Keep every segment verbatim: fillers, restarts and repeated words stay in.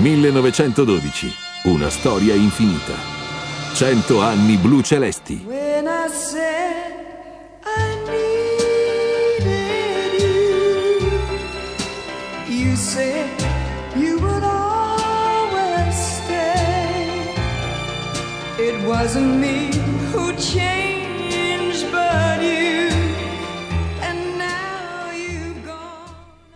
millenovecentododici, una storia infinita. Cento anni blu celesti. When I said I needed you, you said you would always stay. It wasn't me who changed, but you. And now you've gone.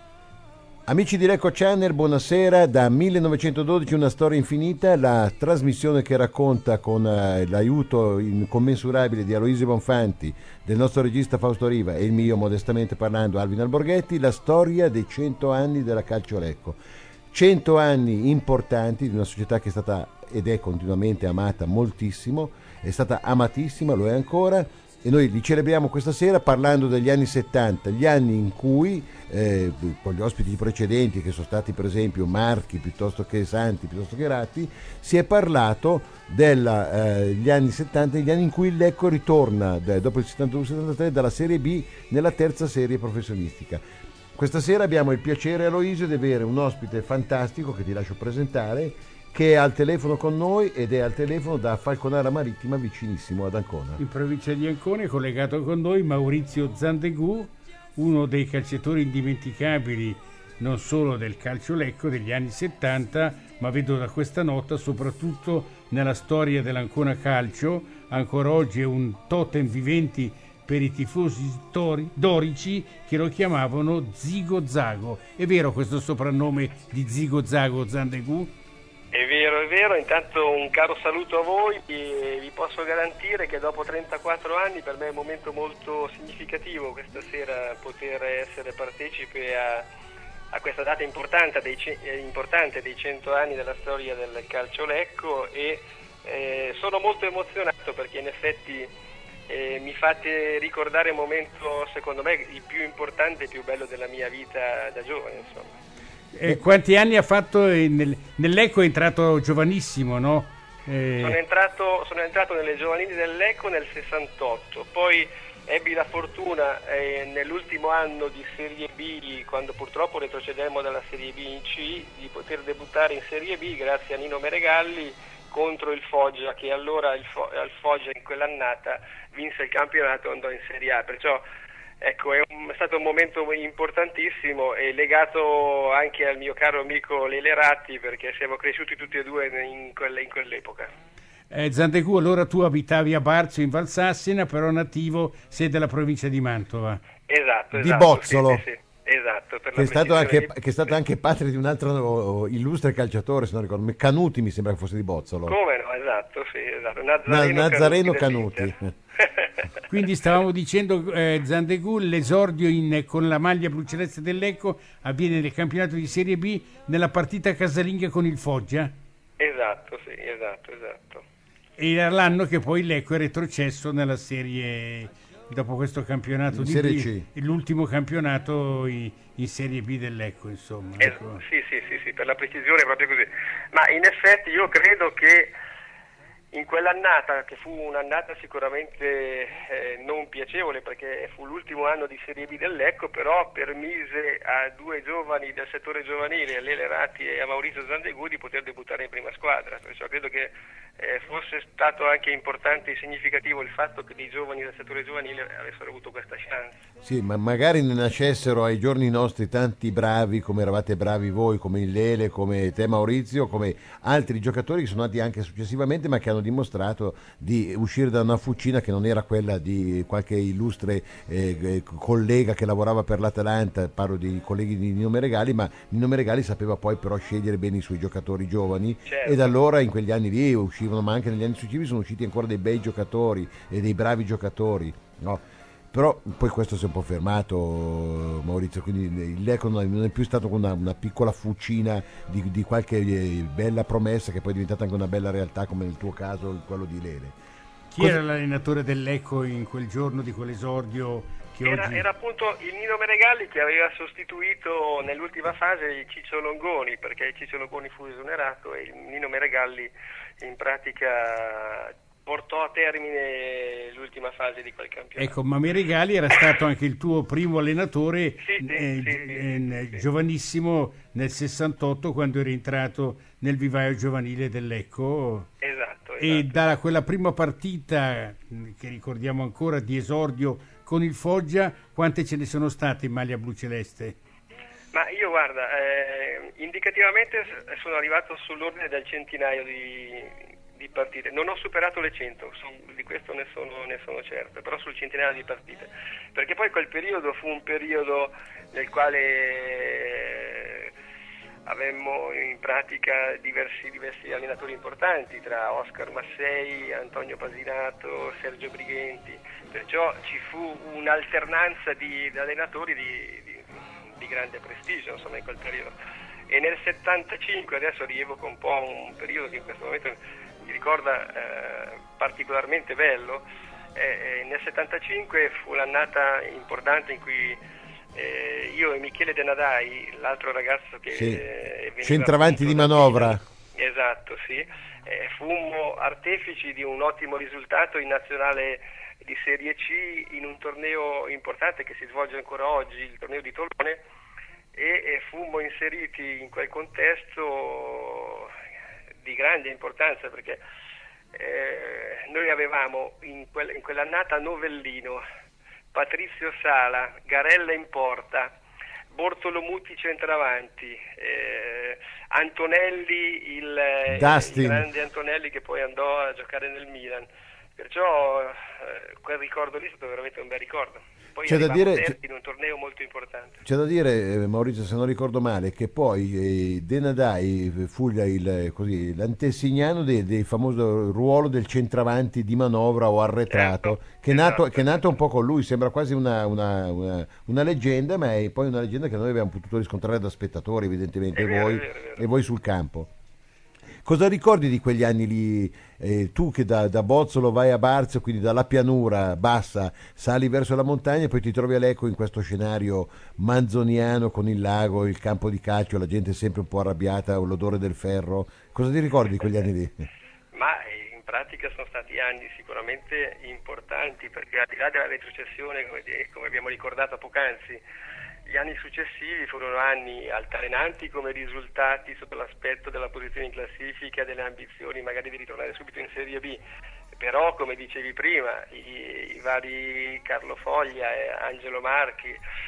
Amici di Lecco Channel, buonasera. Da millenovecentododici una storia infinita, la trasmissione che racconta con eh, l'aiuto incommensurabile di Aloisio Bonfanti, del nostro regista Fausto Riva e il mio, modestamente parlando, Alvin Alborghetti, la storia dei cento anni della Calcio Lecco. Cento anni importanti di una società che è stata ed è continuamente amata moltissimo, è stata amatissima, lo è ancora, e noi li celebriamo questa sera parlando degli anni settanta, gli anni in cui eh, con gli ospiti precedenti, che sono stati per esempio Marchi piuttosto che Santi piuttosto che Ratti, si è parlato degli eh, anni settanta, gli anni in cui il Lecco ritorna da, dopo il settantadue settantatré dalla Serie B nella terza serie professionistica. Questa sera abbiamo il piacere, Aloisio, di avere un ospite fantastico che ti lascio presentare, che è al telefono con noi ed è al telefono da Falconara Marittima, vicinissimo ad Ancona. In provincia di Ancona è collegato con noi Maurizio Zandegù, uno dei calciatori indimenticabili non solo del calcio Lecco degli anni settanta, ma vedo da questa nota soprattutto nella storia dell'Ancona Calcio. Ancora oggi è un totem viventi per i tifosi tori, dorici, che lo chiamavano Zigo Zago. È vero questo soprannome di Zigo Zago, Zandegù? È vero, è vero, intanto un caro saluto a voi e vi posso garantire che dopo trentaquattro anni per me è un momento molto significativo questa sera poter essere partecipe a, a questa data importante dei, importante dei cento anni della storia del calcio Lecco e eh, sono molto emozionato perché in effetti eh, mi fate ricordare un momento secondo me il più importante e più bello della mia vita da giovane, insomma. Eh, quanti anni ha fatto nel, nel Lecco? È entrato giovanissimo, no? Eh... Sono entrato, sono entrato nelle giovanili del Lecco nel sessantotto, poi ebbi la fortuna eh, nell'ultimo anno di Serie B, quando purtroppo retrocedemmo dalla Serie B in C, di poter debuttare in Serie B grazie a Nino Meregalli contro il Foggia, che allora il, Fo- il Foggia in quell'annata vinse il campionato e andò in Serie A, perciò ecco, è, un, è stato un momento importantissimo e legato anche al mio caro amico Lele Ratti, perché siamo cresciuti tutti e due in, quelle, in quell'epoca. Eh, Zandegù, allora tu abitavi a Barzo in Valsassina, però nativo sei della provincia di Mantova. Esatto, esatto. Di Bozzolo. Sì, sì, sì. Esatto, per che, la è stato anche, di... che è stato anche padre di un altro illustre calciatore, se non ricordo, Canuti mi sembra che fosse di Bozzolo. Come no, esatto, sì, esatto. Nazareno, Na, Nazareno Canuti. Canuti. Quindi stavamo dicendo, eh, Zandegù, l'esordio in, con la maglia blu celeste del Lecco avviene nel campionato di Serie B nella partita casalinga con il Foggia? Esatto, sì, esatto, esatto. E era l'anno che poi il Lecco è retrocesso nella Serie, dopo questo campionato in di Serie B, C. l'ultimo campionato in, in Serie B del Lecco, insomma. Eh, Ecco. sì, sì, sì, sì, per la precisione è proprio così. Ma in effetti io credo che in quell'annata, che fu un'annata sicuramente eh, non piacevole perché fu l'ultimo anno di Serie B del Lecco, però permise a due giovani del settore giovanile, a Lele Ratti e a Maurizio Zandegù, di poter debuttare in prima squadra, perciò credo che eh, fosse stato anche importante e significativo il fatto che dei giovani del settore giovanile avessero avuto questa chance. Sì, ma magari ne nascessero ai giorni nostri tanti bravi, come eravate bravi voi, come il Lele, come te Maurizio, come altri giocatori che sono nati anche successivamente, ma che hanno dimostrato di uscire da una fucina che non era quella di qualche illustre eh, collega che lavorava per l'Atalanta, parlo di colleghi di Nino Meregali, ma Nino Meregali sapeva poi però scegliere bene i suoi giocatori giovani, certo. Ed allora in quegli anni lì uscivano, ma anche negli anni successivi sono usciti ancora dei bei giocatori e dei bravi giocatori, no? Però poi questo si è un po' fermato, Maurizio, quindi il Lecco non è più stato una, una piccola fucina di, di qualche bella promessa che poi è diventata anche una bella realtà, come nel tuo caso quello di Lele. Chi Cosa... era l'allenatore del Lecco in quel giorno di quell'esordio? Che era, oggi... era appunto il Nino Meregalli che aveva sostituito nell'ultima fase il Ciccio Longoni, perché il Ciccio Longoni fu esonerato e il Nino Meregalli in pratica portò a termine l'ultima fase di quel campionato. Ecco, ma Meregali era stato anche il tuo primo allenatore, sì, sì, eh, sì, sì, eh, sì, giovanissimo nel sessantotto, quando eri entrato nel vivaio giovanile del Lecco. Esatto, esatto. E da quella prima partita, che ricordiamo ancora, di esordio con il Foggia, quante ce ne sono state in maglia blu celeste? Ma io guarda, eh, indicativamente sono arrivato sull'ordine del centinaio di, di partite. Non ho superato le cento, su, di questo ne sono, ne sono certo, però sul centinaio di partite. Perché poi quel periodo fu un periodo nel quale eh, avemmo in pratica diversi, diversi allenatori importanti, tra Oscar Massei, Antonio Pasinato, Sergio Brighenti. Perciò ci fu un'alternanza di, di allenatori di, di di grande prestigio, insomma, in quel periodo. E nel settantacinque, adesso rievoco un po' un periodo che in questo momento mi ricorda eh, particolarmente bello, eh, nel settantacinque fu l'annata importante in cui eh, io e Michele De Nadai, l'altro ragazzo che sì. eh, centravanti di manovra, esatto, sì, eh, fummo artefici di un ottimo risultato in nazionale di Serie C in un torneo importante che si svolge ancora oggi, il torneo di Tolone, e, e fummo inseriti in quel contesto di grande importanza, perché eh, noi avevamo in, quel, in quell'annata Novellino, Patrizio Sala, Garella in porta, Bortolo Muti centravanti, eh, Antonelli, il, il grande Antonelli che poi andò a giocare nel Milan. Perciò eh, quel ricordo lì è stato veramente un bel ricordo. Poi c'è da dire, c'è, in un torneo molto importante. C'è da dire, eh, Maurizio, se non ricordo male, che poi eh, De Nadai fu il, così, l'antesignano del de famoso ruolo del centravanti di manovra o arretrato, certo, che, è nato, esatto, che è nato un po' con lui, sembra quasi una, una, una, una leggenda, ma è poi una leggenda che noi abbiamo potuto riscontrare da spettatori, evidentemente, è e, vero, voi, è vero, è vero. e voi sul campo. Cosa ricordi di quegli anni lì? Eh, tu che da, da Bozzolo vai a Barzio, quindi dalla pianura bassa, sali verso la montagna e poi ti trovi a Lecco in questo scenario manzoniano con il lago, il campo di calcio, la gente sempre un po' arrabbiata, l'odore del ferro. Cosa ti ricordi di quegli anni lì? Ma in pratica sono stati anni sicuramente importanti, perché al di là della retrocessione, come, come abbiamo ricordato poc'anzi, gli anni successivi furono anni altalenanti come risultati sotto l'aspetto della posizione in classifica, delle ambizioni magari di ritornare subito in Serie B, però come dicevi prima i, i vari Carlo Foglia e Angelo Marchi,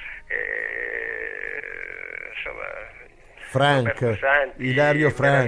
eh, insomma Frank, Santi, Ilario Frank,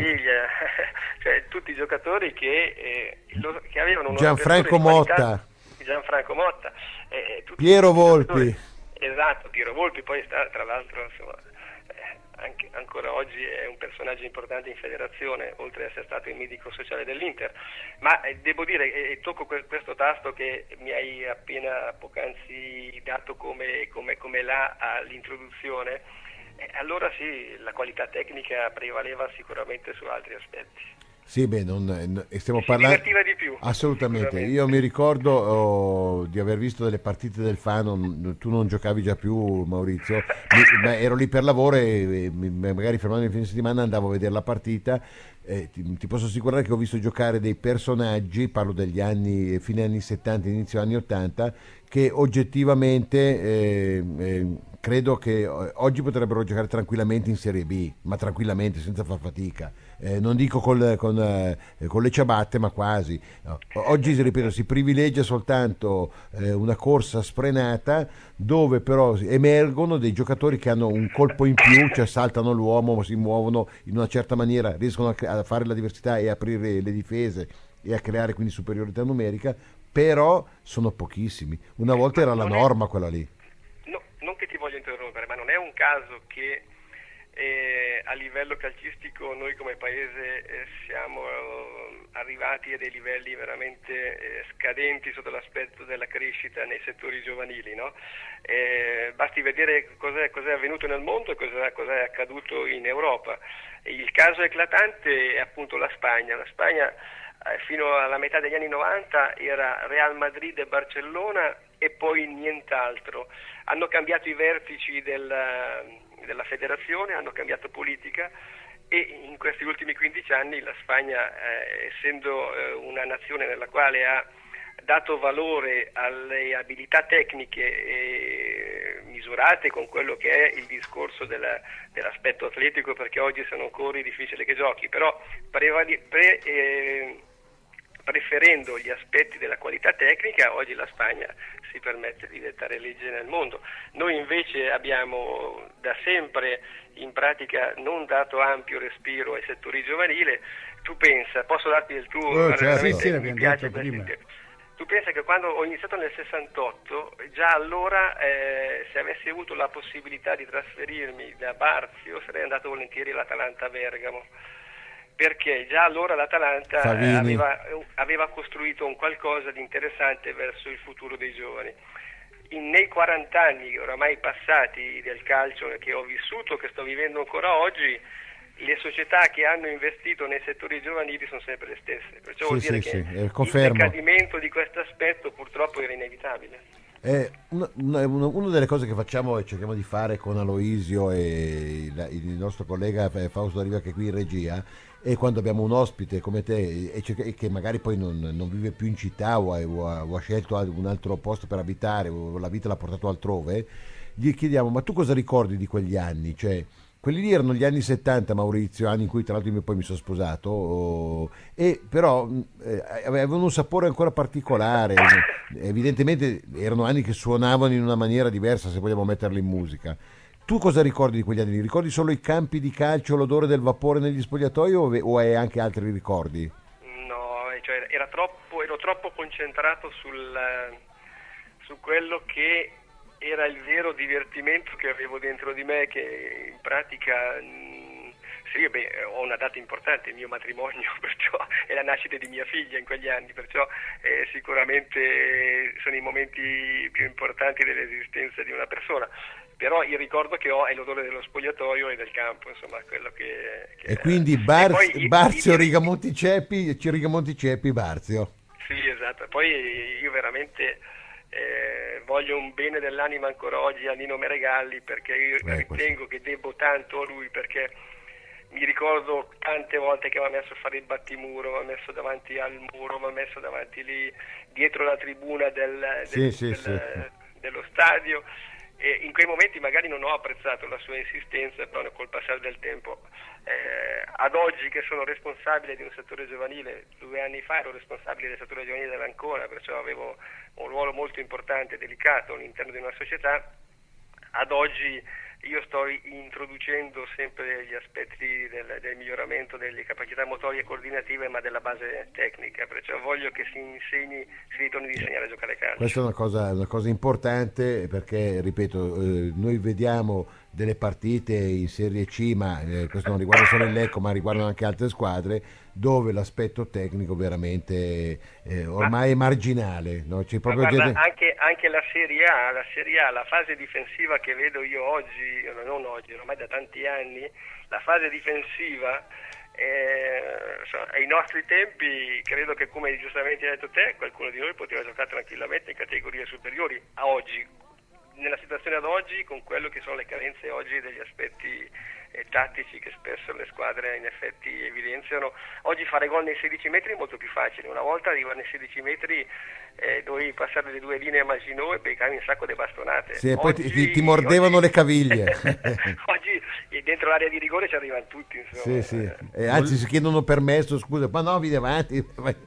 cioè tutti i giocatori che, eh, lo, che avevano un Gianfranco Motta, Gianfranco Motta eh, Piero Volpi. Esatto, Piero Volpi poi sta, tra l'altro, insomma, eh, anche, ancora oggi è un personaggio importante in federazione, oltre ad essere stato il medico sociale dell'Inter. Ma eh, devo dire, e eh, tocco que- questo tasto che mi hai appena poc'anzi dato come, come, come là all'introduzione, eh, allora sì, la qualità tecnica prevaleva sicuramente su altri aspetti. Sì, beh, non, stiamo si parlando. divertiva di più. Assolutamente. Io mi ricordo oh, di aver visto delle partite del Fano. Tu non giocavi già più, Maurizio, mi, ma ero lì per lavoro e, e magari fermandomi il fine settimana andavo a vedere la partita. Eh, ti, ti posso assicurare che ho visto giocare dei personaggi, parlo degli anni, fine anni settanta, inizio anni ottanta, che oggettivamente eh, eh, credo che oggi potrebbero giocare tranquillamente in Serie B, ma tranquillamente, senza far fatica. Eh, non dico col, con, eh, con le ciabatte, ma quasi. No. Oggi, ripeto, si privilegia soltanto eh, una corsa sfrenata, dove però emergono dei giocatori che hanno un colpo in più, cioè saltano l'uomo, si muovono in una certa maniera, riescono a, a fare la diversità e aprire le difese e a creare quindi superiorità numerica, però sono pochissimi. Una volta era la norma quella lì. No, non che ti voglio interrompere, ma non è un caso che eh, a livello calcistico noi come paese eh, siamo eh, arrivati a dei livelli veramente eh, scadenti sotto l'aspetto della crescita nei settori giovanili, no? Eh, basti vedere cos'è, cos'è avvenuto nel mondo e cos'è, cos'è accaduto in Europa. Il caso eclatante è appunto la Spagna. La Spagna eh, fino alla metà degli anni novanta era Real Madrid e Barcellona e poi nient'altro. Hanno cambiato i vertici del, della federazione, hanno cambiato politica e in questi ultimi quindici anni la Spagna, eh, essendo eh, una nazione nella quale ha dato valore alle abilità tecniche eh, misurate con quello che è il discorso della, dell'aspetto atletico, perché oggi se non corri è difficile che giochi, però prevali, pre, eh, preferendo gli aspetti della qualità tecnica, oggi la Spagna si permette di dettare legge nel mondo. Noi invece abbiamo da sempre in pratica non dato ampio respiro ai settori giovanili. Tu pensa, posso darti il tuo? Oh, certo. Sì, sì, mi l'abbiamo piace detto prima. questo. Tu pensa che quando ho iniziato nel sessantotto, già allora eh, se avessi avuto la possibilità di trasferirmi da Barzio sarei andato volentieri all'Atalanta Bergamo, perché già allora l'Atalanta eh, aveva, aveva costruito un qualcosa di interessante verso il futuro dei giovani. In, nei quaranta anni oramai passati del calcio che ho vissuto, che sto vivendo ancora oggi, le società che hanno investito nei settori giovanili sono sempre le stesse, perciò Sì, vuol dire sì, che sì, eh, il confermo. decadimento di questo aspetto purtroppo era inevitabile. Eh, una, una, una delle cose che facciamo e cerchiamo di fare con Aloisio e il, il nostro collega eh, Fausto D'Ariva, che è qui in regia, è quando abbiamo un ospite come te e, cerca- e che magari poi non, non vive più in città o ha, o ha- o ha scelto un altro posto per abitare o la vita l'ha portato altrove, gli chiediamo: ma tu cosa ricordi di quegli anni? Cioè, quelli lì erano gli anni settanta, Maurizio, anni in cui tra l'altro io poi mi sono sposato, oh, e però eh, avevano un sapore ancora particolare. Evidentemente erano anni che suonavano in una maniera diversa, se vogliamo metterli in musica. Tu cosa ricordi di quegli anni? Ricordi solo i campi di calcio, l'odore del vapore negli spogliatoi o, o hai anche altri ricordi? No, cioè era troppo, ero troppo concentrato sul, su quello che era il vero divertimento che avevo dentro di me, che in pratica mh, sì, beh, ho una data importante, il mio matrimonio, perciò è la nascita di mia figlia in quegli anni, perciò eh, sicuramente sono i momenti più importanti dell'esistenza di una persona. Però il ricordo che ho è l'odore dello spogliatoio e del campo, insomma, quello che... che E quindi Bar- e poi i- Barzio, i- Rigamonti Ceppi, Rigamonti Ceppi, Barzio. Sì, esatto. Poi io veramente eh, voglio un bene dell'anima ancora oggi a Nino Meregalli, perché io Eh, ritengo che debbo tanto a lui, perché mi ricordo tante volte che mi ha messo a fare il battimuro, mi ha messo davanti al muro, mi ha messo davanti lì dietro la tribuna del, del, Sì, sì, del, sì. dello stadio. E in quei momenti magari non ho apprezzato la sua insistenza, però col passare del tempo, eh, ad oggi che sono responsabile di un settore giovanile, due anni fa ero responsabile del settore giovanile dell'Ancona, perciò avevo un ruolo molto importante e delicato all'interno di una società. Ad oggi io sto introducendo sempre gli aspetti del, del miglioramento delle capacità motorie e coordinative, ma della base tecnica, perciò voglio che si insegni, si ritorni di insegnare a giocare a calcio. Questa è una cosa, una cosa importante perché, ripeto, eh, noi vediamo delle partite in Serie C, ma eh, questo non riguarda solo il Lecco, ma riguardano anche altre squadre, dove l'aspetto tecnico veramente eh, ormai è marginale. No? C'è Ma proprio guarda, gente... anche, anche la Serie A, la Serie A, la fase difensiva che vedo io oggi, non oggi, ormai da tanti anni, la fase difensiva, eh, insomma, ai nostri tempi, credo che, come giustamente hai detto te, qualcuno di noi poteva giocare tranquillamente in categorie superiori. A oggi, nella situazione ad oggi, con quello che sono le carenze oggi degli aspetti eh, tattici che spesso le squadre in effetti evidenziano, oggi fare gol nei sedici metri è molto più facile. Una volta arrivare nei sedici metri eh, dovevi passare le due linee a Maginot e beccavi un sacco di bastonate. Sì, e poi ti, Oggi- ti- ti mordevano oggi- le caviglie. oggi eh, dentro l'area di rigore ci arrivano tutti, insomma. Sì, sì. E anzi, si chiedono permesso, scusa, ma no, vieni avanti.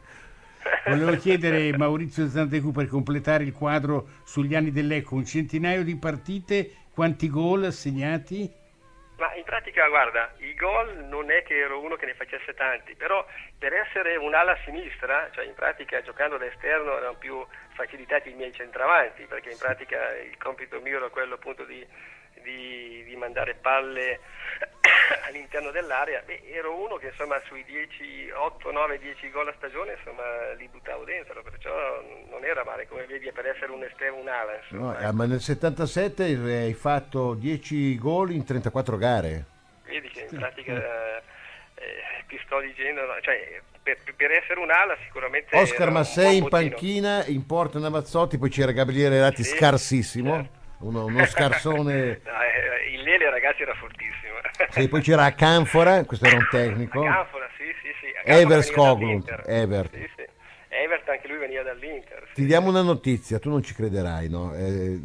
Volevo chiedere Maurizio Zantecù, per completare il quadro sugli anni dell'Ecco, un centinaio di partite, quanti gol assegnati? Ma in pratica, guarda, i gol non è che ero uno che ne facesse tanti, però per essere un'ala sinistra, cioè in pratica giocando da esterno erano più facilitati i miei centravanti, perché in pratica il compito mio era quello appunto di, di, di mandare palle all'interno dell'area. Beh, ero uno che insomma sui dieci, otto, nove, dieci gol a stagione insomma li buttavo dentro, perciò non era male, come vedi, per essere un esterno, un'ala, No, insomma. eh, ma nel settantasette hai fatto dieci gol in trentaquattro gare. Vedi che in pratica eh, eh, ti sto dicendo, no, cioè per, per essere un'ala sicuramente Oscar era un Massei in buon bottino. panchina, in porta Navazzotti, poi c'era Gabriele Ratti Sì, scarsissimo. certo. uno, uno scarsone. No, eh, il Lele ragazzi era fortissimo. Sì, poi c'era Canfora, questo era un tecnico. Canfora, sì, sì, sì. Ever Skoglund, Ever. Sì, sì. Evert, anche lui veniva dall'Inter. Sì. Ti diamo una notizia, tu non ci crederai, no? Eh,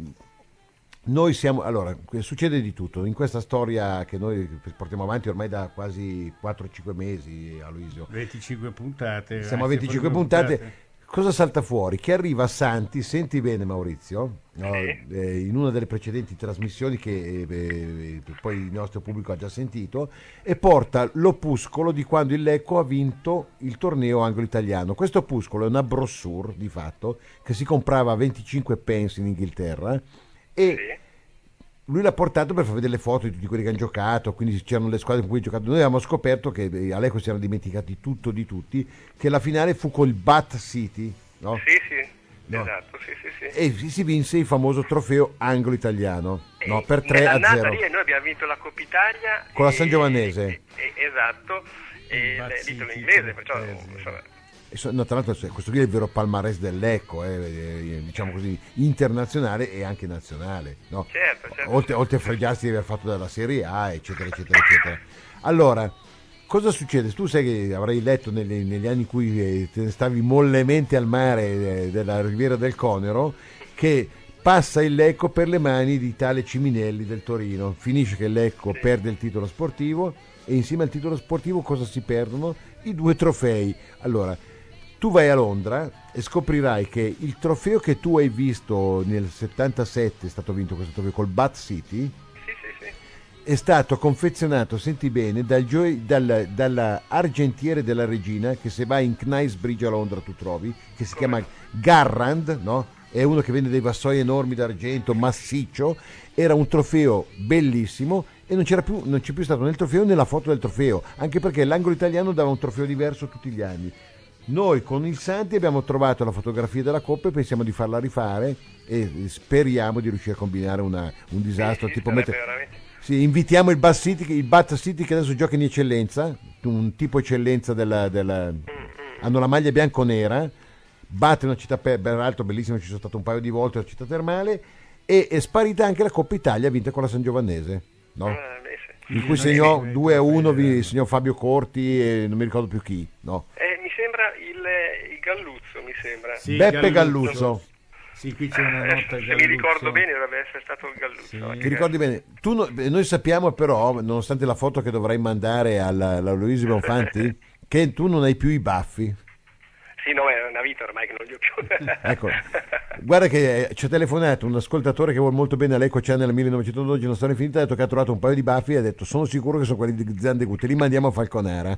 noi siamo, allora, succede di tutto, in questa storia che noi portiamo avanti ormai da quasi quattro cinque mesi, Aloisio. venticinque puntate. Siamo a venticinque puntate. puntate. Cosa salta fuori? Che arriva Santi, senti bene Maurizio, no? Sì. eh, in una delle precedenti trasmissioni che eh, eh, poi il nostro pubblico ha già sentito, e porta l'opuscolo di quando il Lecco ha vinto il torneo anglo-italiano. Questo opuscolo è una brochure di fatto che si comprava a venticinque pence in Inghilterra e Sì. lui l'ha portato per far vedere le foto di tutti quelli che hanno giocato, quindi c'erano le squadre con cui ha giocato. Noi avevamo scoperto che a Lecco si erano dimenticati tutto di tutti, che la finale fu col Bath City, no? Sì, sì, No. esatto, sì, sì, sì. E si si vinse il famoso trofeo anglo-italiano, E no? Per tre a nell'annata zero. lì noi abbiamo vinto la Coppa Italia Con la e- San Giovannese. e- e- esatto, e Bath il titolo City, inglese, perciò tre a zero. insomma, E so- no, tra l'altro questo qui è il vero palmarès del Lecco, eh, eh, diciamo così, internazionale e anche nazionale, no? certo, certo. Oltre, oltre a fregiarsi di aver fatto dalla Serie A, eccetera, eccetera, eccetera. Allora, cosa succede? Tu sai che avrai letto negli, negli anni in cui eh, te ne stavi mollemente al mare eh, della Riviera del Conero, che passa il Lecco per le mani di tale Ciminelli del Torino. Finisce che il Lecco perde il titolo sportivo e insieme al titolo sportivo cosa si perdono? I due trofei. Allora, tu vai a Londra e scoprirai che il trofeo che tu hai visto nel settantasette, è stato vinto questo trofeo col Bath City, Sì, sì, sì. è stato confezionato, senti bene, dal, gio- dal- dalla argentiere della regina, che se vai in Knightsbridge a Londra tu trovi, che si chiama Garrand, no? È uno che vende dei vassoi enormi d'argento, massiccio. Era un trofeo bellissimo e non c'era più, non c'è più stato né il trofeo né la foto del trofeo, anche perché l'anglo italiano dava un trofeo diverso tutti gli anni. Noi con il Santi abbiamo trovato la fotografia della Coppa e pensiamo di farla rifare e speriamo di riuscire a combinare una- un disastro. Sì, tipo sarebbe mettere- veramente- sì, invitiamo il Bath City, il Bath City che adesso gioca in eccellenza, un tipo eccellenza della, della- hanno la maglia bianco-nera. Bath è una città per- peraltro bellissima, ci sono stato un paio di volte, una città termale, e è sparita anche la Coppa Italia vinta con la San Giovannese, no? Eh, beh, sì. In cui segnò due a uno, vi segnò Fabio Corti e non mi ricordo più chi, no? Eh, mi sembra il, il Galluzzo, mi sembra. Sì, Beppe Galluzzo. Sì, qui c'è una Eh, nota se Galluzzo. mi ricordo bene dovrebbe essere stato il Galluzzo. Sì. anche. Ti ricordi bene? Tu no- noi sappiamo però, nonostante la foto che dovrai mandare alla, alla Luigi Bonfanti, che tu non hai più i baffi. Sì, no, è una vita ormai che non li ho più. Ecco, guarda che eh, ci ha telefonato un ascoltatore che vuole molto bene a Lecco Channel millenovecentododici, una storia infinita, ha detto che ha trovato un paio di baffi e ha detto sono sicuro che sono quelli di Zandegu, te li mandiamo a Falconara.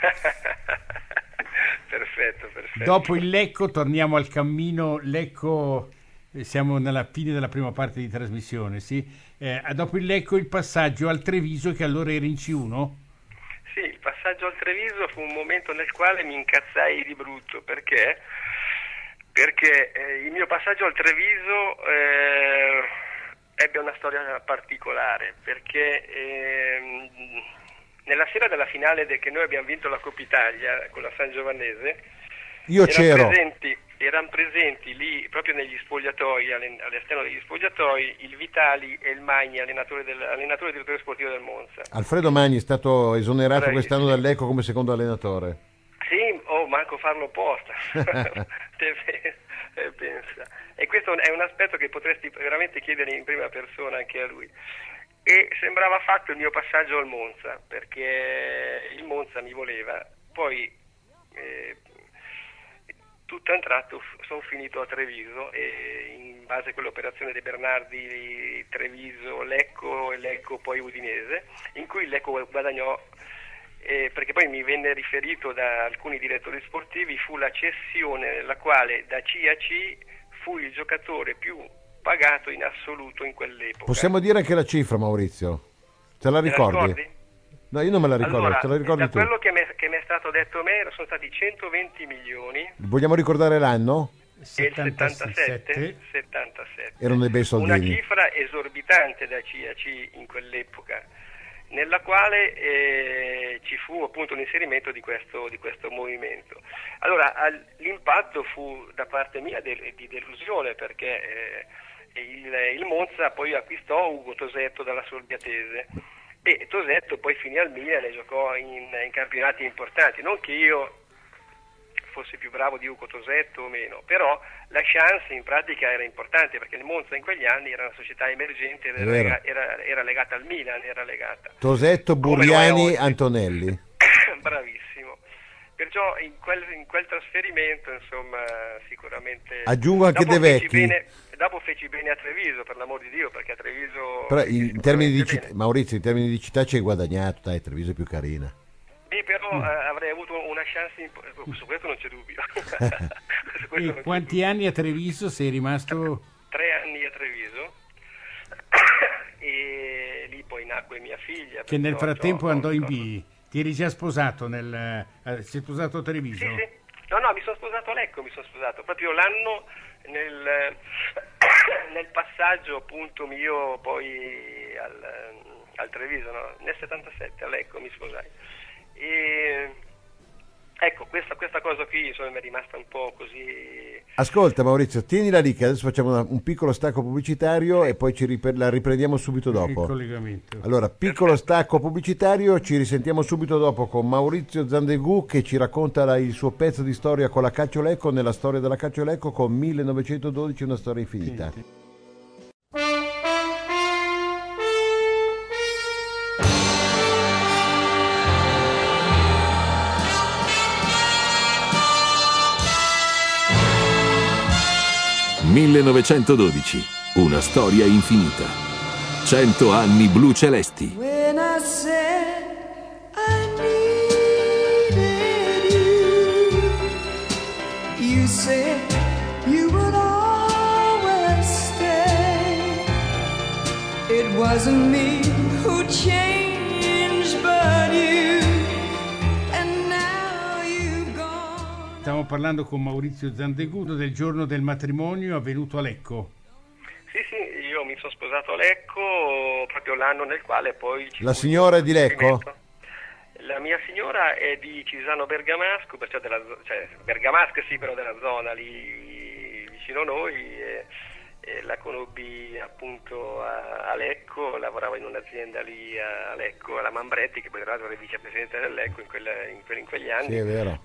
Perfetto, perfetto. Dopo il Lecco torniamo al cammino Lecco, eh, siamo nella fine della prima parte di trasmissione, sì? Eh, dopo il Lecco il passaggio al Treviso che allora era in C uno? Sì, il passaggio al Treviso fu un momento nel quale mi incazzai di brutto, perché perché eh, il mio passaggio al Treviso eh, ebbe una storia particolare, perché ehm, nella sera della finale de- che noi abbiamo vinto la Coppa Italia con la San Giovannese, Io erano c'ero. presenti, erano presenti lì proprio negli spogliatoi, alle- all'esterno degli spogliatoi, il Vitali e il Magni, allenatore del, allenatore e direttore sportivo del Monza. Alfredo Magni è stato esonerato Bravissimo. quest'anno dal Lecco come secondo allenatore. Sì, oh, manco farlo apposta. Te- eh, pensa. E questo è un aspetto che potresti veramente chiedere in prima persona anche a lui. E sembrava fatto il mio passaggio al Monza, perché il Monza mi voleva, poi eh, tutto a un tratto sono finito a Treviso e in base a quell'operazione dei Bernardi, Treviso, Lecco e Lecco poi Udinese, in cui il Lecco guadagnò. Eh, perché poi mi venne riferito da alcuni direttori sportivi, fu la cessione nella quale da C a C fu il giocatore più pagato in assoluto in quell'epoca. Possiamo dire anche la cifra, Maurizio? Te la Te la ricordi? ricordi? No, io non me la ricordo, Allora, te la ricordi da tu? quello che mi che mi è stato detto a me sono stati centoventi milioni Vogliamo ricordare l'anno? e il settantasette, settantasette. settantasette. Erano dei bei Una soldini. cifra esorbitante da C a C in quell'epoca, nella quale eh, ci fu appunto l'inserimento di questo, di questo movimento. Allora al- l'impatto fu da parte mia del- di delusione, perché eh, il, il Monza poi acquistò Ugo Tosetto dalla Sorbiatese e Tosetto poi finì al Milan e giocò in, in campionati importanti, non che io fosse più bravo di Ugo Tosetto o meno, però la chance in pratica era importante perché il Monza in quegli anni era una società emergente, era, lega, era, era legata al Milan, era legata. Tosetto, Buriani, Antonelli. Bravissimo. Perciò in quel, in quel trasferimento, insomma, sicuramente... Aggiungo anche De Vecchi. Bene, dopo feci bene a Treviso, per l'amor di Dio, perché a Treviso... Però in termini di città, Maurizio, in termini di città ci hai guadagnato, dai, Treviso è più carina. Beh, però mm. eh, avrei avuto una chance, in... su questo non c'è dubbio. E non quanti c'è anni a Treviso sei rimasto? Tre anni a Treviso. E lì poi nacque mia figlia. Che nel frattempo andò in B. Ti eri già sposato nel eh, sei sposato a Treviso? Sì, sì. No, no, mi sono sposato a Lecco, mi sono sposato proprio l'anno nel, nel passaggio appunto mio poi al, al Treviso, no? Nel settantasette a Lecco mi sposai. E ecco, questa, questa cosa qui insomma mi è rimasta un po' così. Ascolta Maurizio, tienila lì che adesso facciamo una, un piccolo stacco pubblicitario e poi ci rip- la riprendiamo subito dopo. Il collegamento. Allora, piccolo stacco pubblicitario, ci risentiamo subito dopo con Maurizio Zandegù che ci racconta la, il suo pezzo di storia con la Calcio Lecco, nella storia della Calcio Lecco con millenovecentododici, una storia infinita. Sì, sì. millenovecentododici, una storia infinita. Cento anni blu celesti. When I said I needed you, you said you would always stay. It wasn't me who changed but you, and now you've gone. Stiamo parlando con Maurizio Zandegù del giorno del matrimonio avvenuto a Lecco. Sì, sì, io mi sono sposato a Lecco proprio l'anno nel quale poi... La signora è di Lecco? La mia signora è di Cisano Bergamasco, perciò della, cioè Bergamasco sì, però della zona lì vicino a noi, e, e la conobbi appunto a, a Lecco, lavorava in un'azienda lì a Lecco, alla Mambretti, che poi tra l'altro era vicepresidente del Lecco in, quelle, in, que, in quegli anni. Sì, è vero.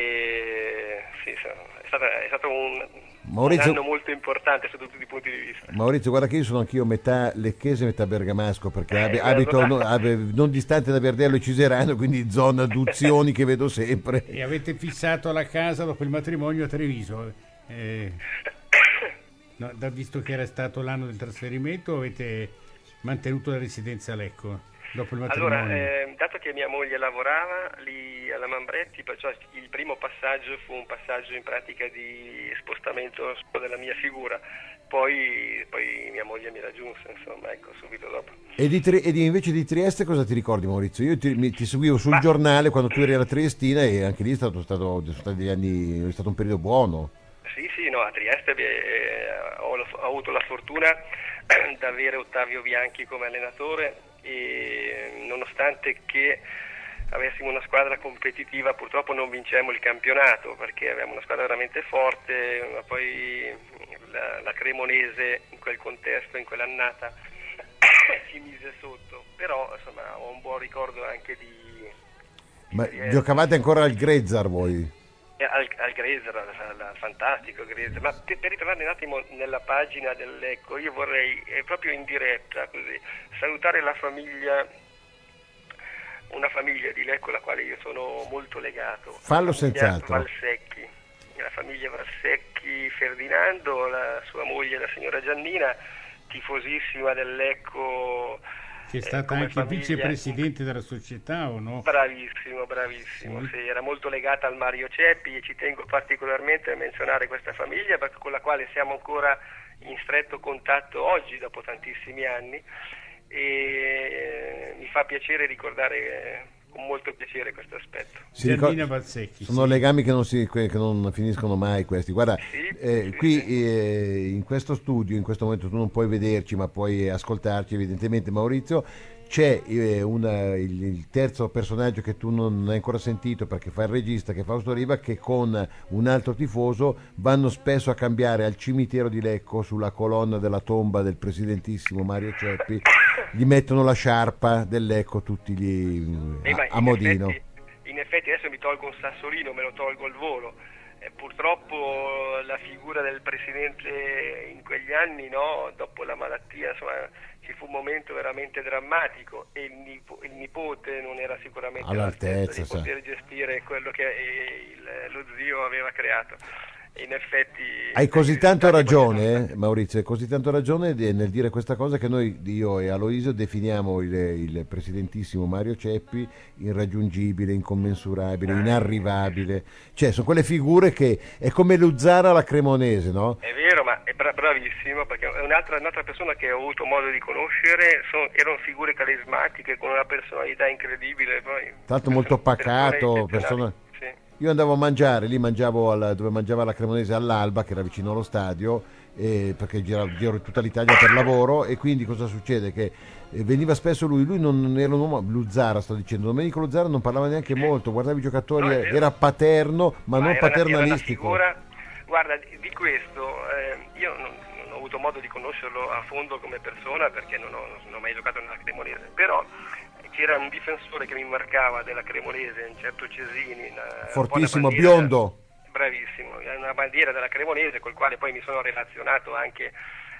E sì, è stato, è stato un, Maurizio, un anno molto importante sotto tutti i punti di vista. Maurizio, guarda che io sono anch'io metà lecchese, metà bergamasco, perché Eh, ab- guarda, abito guarda. non, ab- non distante da Verdello e Ciserano, quindi zona Duzioni che vedo sempre. E avete fissato la casa dopo il matrimonio a Treviso. Eh, no, da- visto che era stato l'anno del trasferimento, avete mantenuto la residenza a Lecco dopo il matrimonio? Allora, eh, dato che mia moglie lavorava lì alla Mambretti, perciò il primo passaggio fu un passaggio in pratica di spostamento della mia figura, poi, poi mia moglie mi raggiunse, insomma, ecco, subito dopo. E, di Tri- e di- invece di Trieste cosa ti ricordi, Maurizio? Io ti, mi- ti seguivo sul Ma- giornale quando tu eri alla Triestina e anche lì è stato, stato, sono stati degli anni, è stato un periodo buono. Sì, sì, no, a Trieste beh, ho, ho avuto la fortuna di avere Ottavio Bianchi come allenatore e nonostante che avessimo una squadra competitiva purtroppo non vincemmo il campionato perché avevamo una squadra veramente forte, ma poi la, la Cremonese in quel contesto, in quell'annata ci mise sotto, però insomma ho un buon ricordo anche di... di Ma Trieste. giocavate ancora al Grezzar voi? Al, al Grezer, al, al fantastico Grezer. Ma per, per ritornare un attimo nella pagina del Lecco, io vorrei eh, proprio in diretta così salutare la famiglia, una famiglia di Lecco alla quale io sono molto legato. Fallo la famiglia senz'altro. Valsecchi, la famiglia Valsecchi Ferdinando, la sua moglie la signora Giannina, tifosissima del Lecco. Che è eh, stata come anche famiglia. vicepresidente della società, o no? Bravissimo, bravissimo, Sì. sì, era molto legata al Mario Ceppi e ci tengo particolarmente a menzionare questa famiglia perché con la quale siamo ancora in stretto contatto oggi dopo tantissimi anni e mi fa piacere ricordare eh, con molto piacere questo aspetto. Si Giannina ricor- Valsecchi. Sono sì. legami che non, si, que- che non finiscono mai questi. Guarda, Sì, eh, sì, qui sì. eh, in questo studio, in questo momento tu non puoi vederci ma puoi ascoltarci evidentemente Maurizio, c'è eh, una, il, il terzo personaggio che tu non hai ancora sentito perché fa il regista, che è Fausto Riva, che con un altro tifoso vanno spesso a cambiare al cimitero di Lecco, sulla colonna della tomba del presidentissimo Mario Ceppi, gli mettono la sciarpa del Lecco tutti gli eh, a, a modino. Effetti, in effetti adesso mi tolgo un sassolino, me lo tolgo al volo. Eh, purtroppo la figura del presidente in quegli anni, no, dopo la malattia, insomma, ci fu un momento veramente drammatico e il, nipo- il nipote non era sicuramente all'altezza di poter gestire quello che eh, il, lo zio aveva creato. In effetti hai così tanto ragione, eh, Maurizio, hai così tanto ragione nel dire questa cosa, che noi, io e Aloisio, definiamo il, il presidentissimo Mario Ceppi irraggiungibile, incommensurabile, inarrivabile. Cioè, sono quelle figure che è come Luzzara alla Cremonese, no? È vero, ma è bra- bravissimo, perché è un'altra, un'altra persona che ho avuto modo di conoscere, sono, erano figure carismatiche con una personalità incredibile. Poi, tra l'altro molto pacato, persona... Io andavo a mangiare, lì mangiavo al, dove mangiava la Cremonese all'Alba, che era vicino allo stadio, eh, perché giravo, giro tutta l'Italia per lavoro, e quindi cosa succede? Che eh, veniva spesso lui, lui non era un uomo, Luzzara sto dicendo, Domenico Luzzara non parlava neanche molto, guardava i giocatori, no, era paterno, ma, ma non era paternalistico. Una, era una figura, guarda, di, di questo eh, io non, non ho avuto modo di conoscerlo a fondo come persona, perché non ho, non ho mai giocato nella Cremonese, però c'era un difensore che mi marcava della Cremonese, un certo Cesini, una, fortissimo, una bandiera, biondo, bravissimo, una bandiera della Cremonese col quale poi mi sono relazionato anche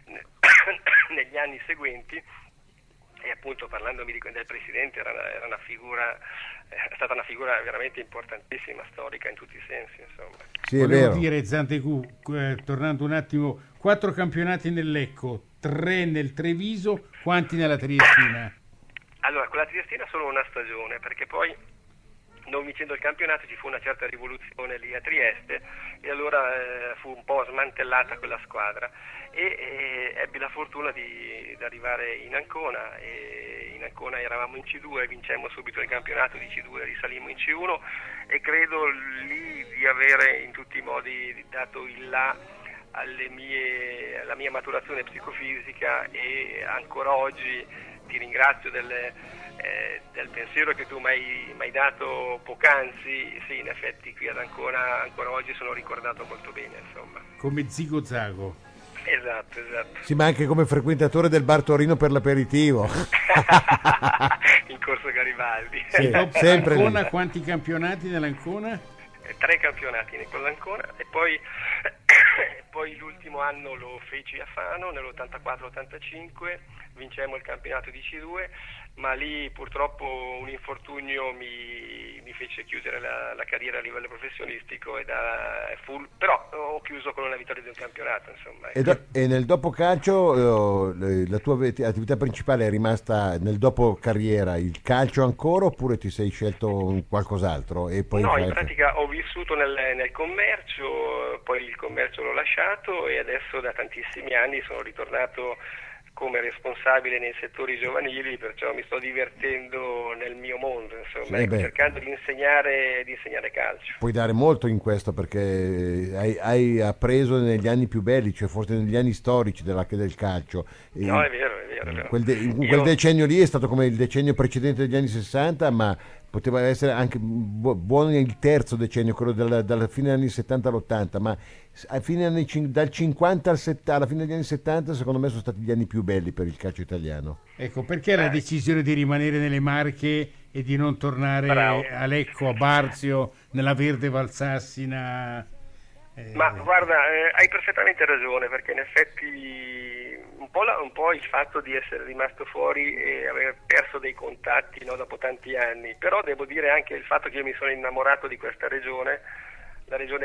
negli anni seguenti, e appunto parlandomi di, del presidente era una, era una figura, è stata una figura veramente importantissima, storica in tutti i sensi, insomma. Sì, è Volevo vero. dire, Zantecù, eh, tornando un attimo, quattro campionati nel Lecco, tre nel Treviso, quanti nella Triestina? Allora, con la Triestina solo una stagione, perché poi non vincendo il campionato ci fu una certa rivoluzione lì a Trieste e allora eh, fu un po' smantellata quella squadra e, e ebbi la fortuna di, di arrivare in Ancona, e in Ancona eravamo in C due, vincemmo subito il campionato di C due, risalimmo in C uno e credo lì di avere in tutti i modi dato il là alle mie, alla mia maturazione psicofisica, e ancora oggi ti ringrazio del, eh, del pensiero che tu mi hai dato poc'anzi. Sì, in effetti qui ad Ancona ancora oggi sono ricordato molto bene, insomma. Come Zigo Zago. Esatto, esatto. Sì, ma anche come frequentatore del bar Torino per l'aperitivo. In corso Garibaldi. Sì, sempre Ancona, lì. Quanti campionati nell'Ancona? Eh, tre campionati con l'Ancona, e poi poi l'ultimo anno lo feci a Fano nell'ottantaquattro ottantacinque, vincemmo il campionato di C due, ma lì purtroppo un infortunio mi, mi fece chiudere la, la carriera a livello professionistico, e da full, però ho chiuso con una vittoria di un campionato, insomma. E, do, e nel dopo calcio eh, la tua attività principale è rimasta nel dopo carriera, il calcio ancora, oppure ti sei scelto qualcos'altro? E poi no, fai... in pratica ho vissuto nel, nel commercio, poi il commercio l'ho lasciato e adesso da tantissimi anni sono ritornato come responsabile nei settori giovanili, perciò mi sto divertendo nel mio mondo, insomma, sì, ecco, cercando di insegnare, di insegnare calcio. Puoi dare molto in questo, perché hai, hai appreso negli anni più belli, cioè forse negli anni storici della, del calcio. No, è vero, è vero. È vero. Quel, de, quel Io... decennio lì è stato come il decennio precedente degli anni sessanta, ma poteva essere anche bu- buono il terzo decennio, quello della, dalla fine degli anni settanta all'ottanta, ma a fine anni, dal cinquanta al settanta, alla fine degli anni settanta secondo me sono stati gli anni più belli per il calcio italiano. Ecco, perché la decisione di rimanere nelle Marche e di non tornare Bravo. a Lecco, a Barzio, nella Verde Valsassina? Eh... Ma guarda, eh, hai perfettamente ragione, perché in effetti un po', la, un po' il fatto di essere rimasto fuori e aver perso dei contatti, no, dopo tanti anni, però devo dire anche il fatto che io mi sono innamorato di questa regione. La regione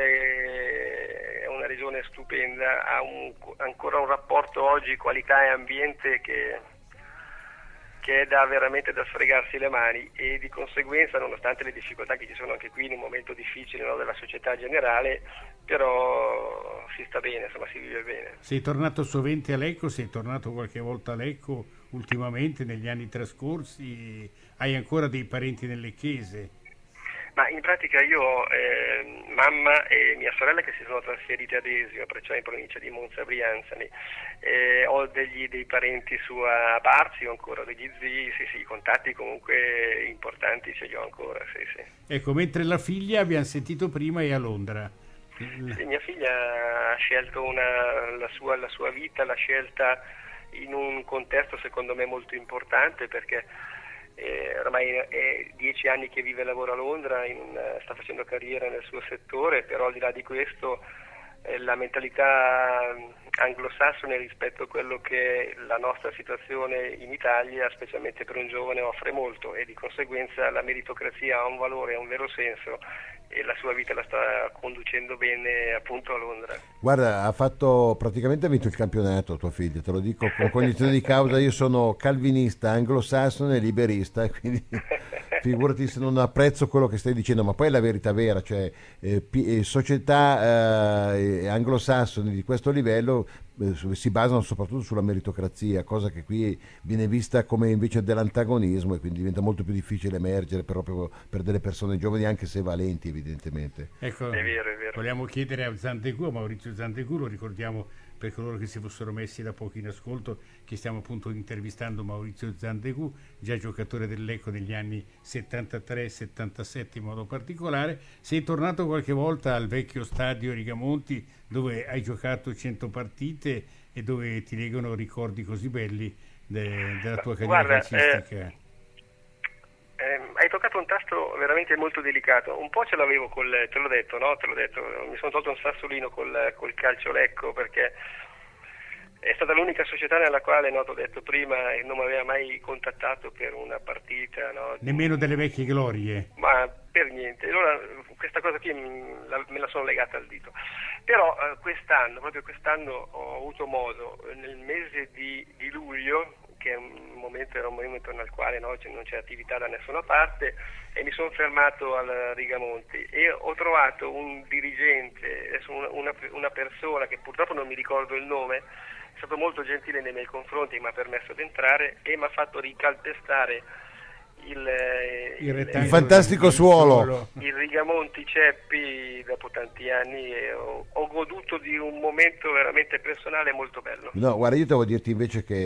è una regione stupenda, ha un, ancora un rapporto oggi qualità e ambiente che, che è da veramente da sfregarsi le mani, e di conseguenza, nonostante le difficoltà che ci sono anche qui in un momento difficile, no, della società generale, però si sta bene, insomma, si vive bene. Sei tornato sovente a Lecco? Sei tornato qualche volta a Lecco ultimamente, negli anni trascorsi? Hai ancora dei parenti nel lecchese? Ma in pratica io ho eh, mamma e mia sorella che si sono trasferite ad Esio, perciò in provincia di Monza Brianzani, eh, ho degli, dei parenti su a Barzio ancora, degli zii, sì sì, contatti comunque importanti ce li ho ancora, sì sì. Ecco, mentre la figlia, abbiamo sentito prima, è a Londra. Sì, mia figlia ha scelto una, la, sua, la sua vita, l'ha scelta in un contesto secondo me molto importante perché Eh, ormai è dieci anni che vive e lavora a Londra, in una, sta facendo carriera nel suo settore, però al di là di questo eh, la mentalità anglosassone rispetto a quello che la nostra situazione in Italia, specialmente per un giovane, offre molto e di conseguenza la meritocrazia ha un valore, ha un vero senso e la sua vita la sta conducendo bene appunto a Londra. Guarda, ha fatto praticamente ha vinto il campionato tua figlia, te lo dico con cognizione di causa, io sono calvinista, anglosassone e liberista, quindi figurati se non apprezzo quello che stai dicendo, ma poi è la verità vera, cioè eh, p- eh, società eh, anglosassoni di questo livello eh, si basano soprattutto sulla meritocrazia, cosa che qui viene vista come invece dell'antagonismo e quindi diventa molto più difficile emergere proprio per delle persone giovani, anche se valenti evidentemente. Ecco, è vero, è vero. Vogliamo chiedere a Zantecù, a Maurizio Zantecù, lo ricordiamo per coloro che si fossero messi da poco in ascolto, che stiamo appunto intervistando Maurizio Zantecù, già giocatore del Lecco negli anni settantatré settantasette in modo particolare. Sei tornato qualche volta al vecchio stadio Rigamonti dove hai giocato cento partite e dove ti legano ricordi così belli de- della tua carriera Guarda, calcistica? Eh... Eh, hai toccato un tasto veramente molto delicato. Un po' ce l'avevo col, te l'ho detto, no? Te l'ho detto, mi sono tolto un sassolino col, col calcio Lecco perché è stata l'unica società nella quale, no, t'ho detto prima, non mi aveva mai contattato per una partita, no? Nemmeno delle vecchie glorie? Ma per niente. Allora questa cosa qui me la, me la sono legata al dito. Però eh, quest'anno, proprio quest'anno ho avuto modo, nel mese di, di luglio, che è un momento, era un momento nel quale no, non c'è attività da nessuna parte, e mi sono fermato al Rigamonti e ho trovato un dirigente, una, una persona che purtroppo non mi ricordo il nome, è stato molto gentile nei miei confronti, mi ha permesso di entrare e mi ha fatto ricalpestare il, il, il, il fantastico suolo, il Rigamonti Ceppi dopo tanti anni e ho, ho goduto di un momento veramente personale molto bello. No, guarda, io devo dirti invece che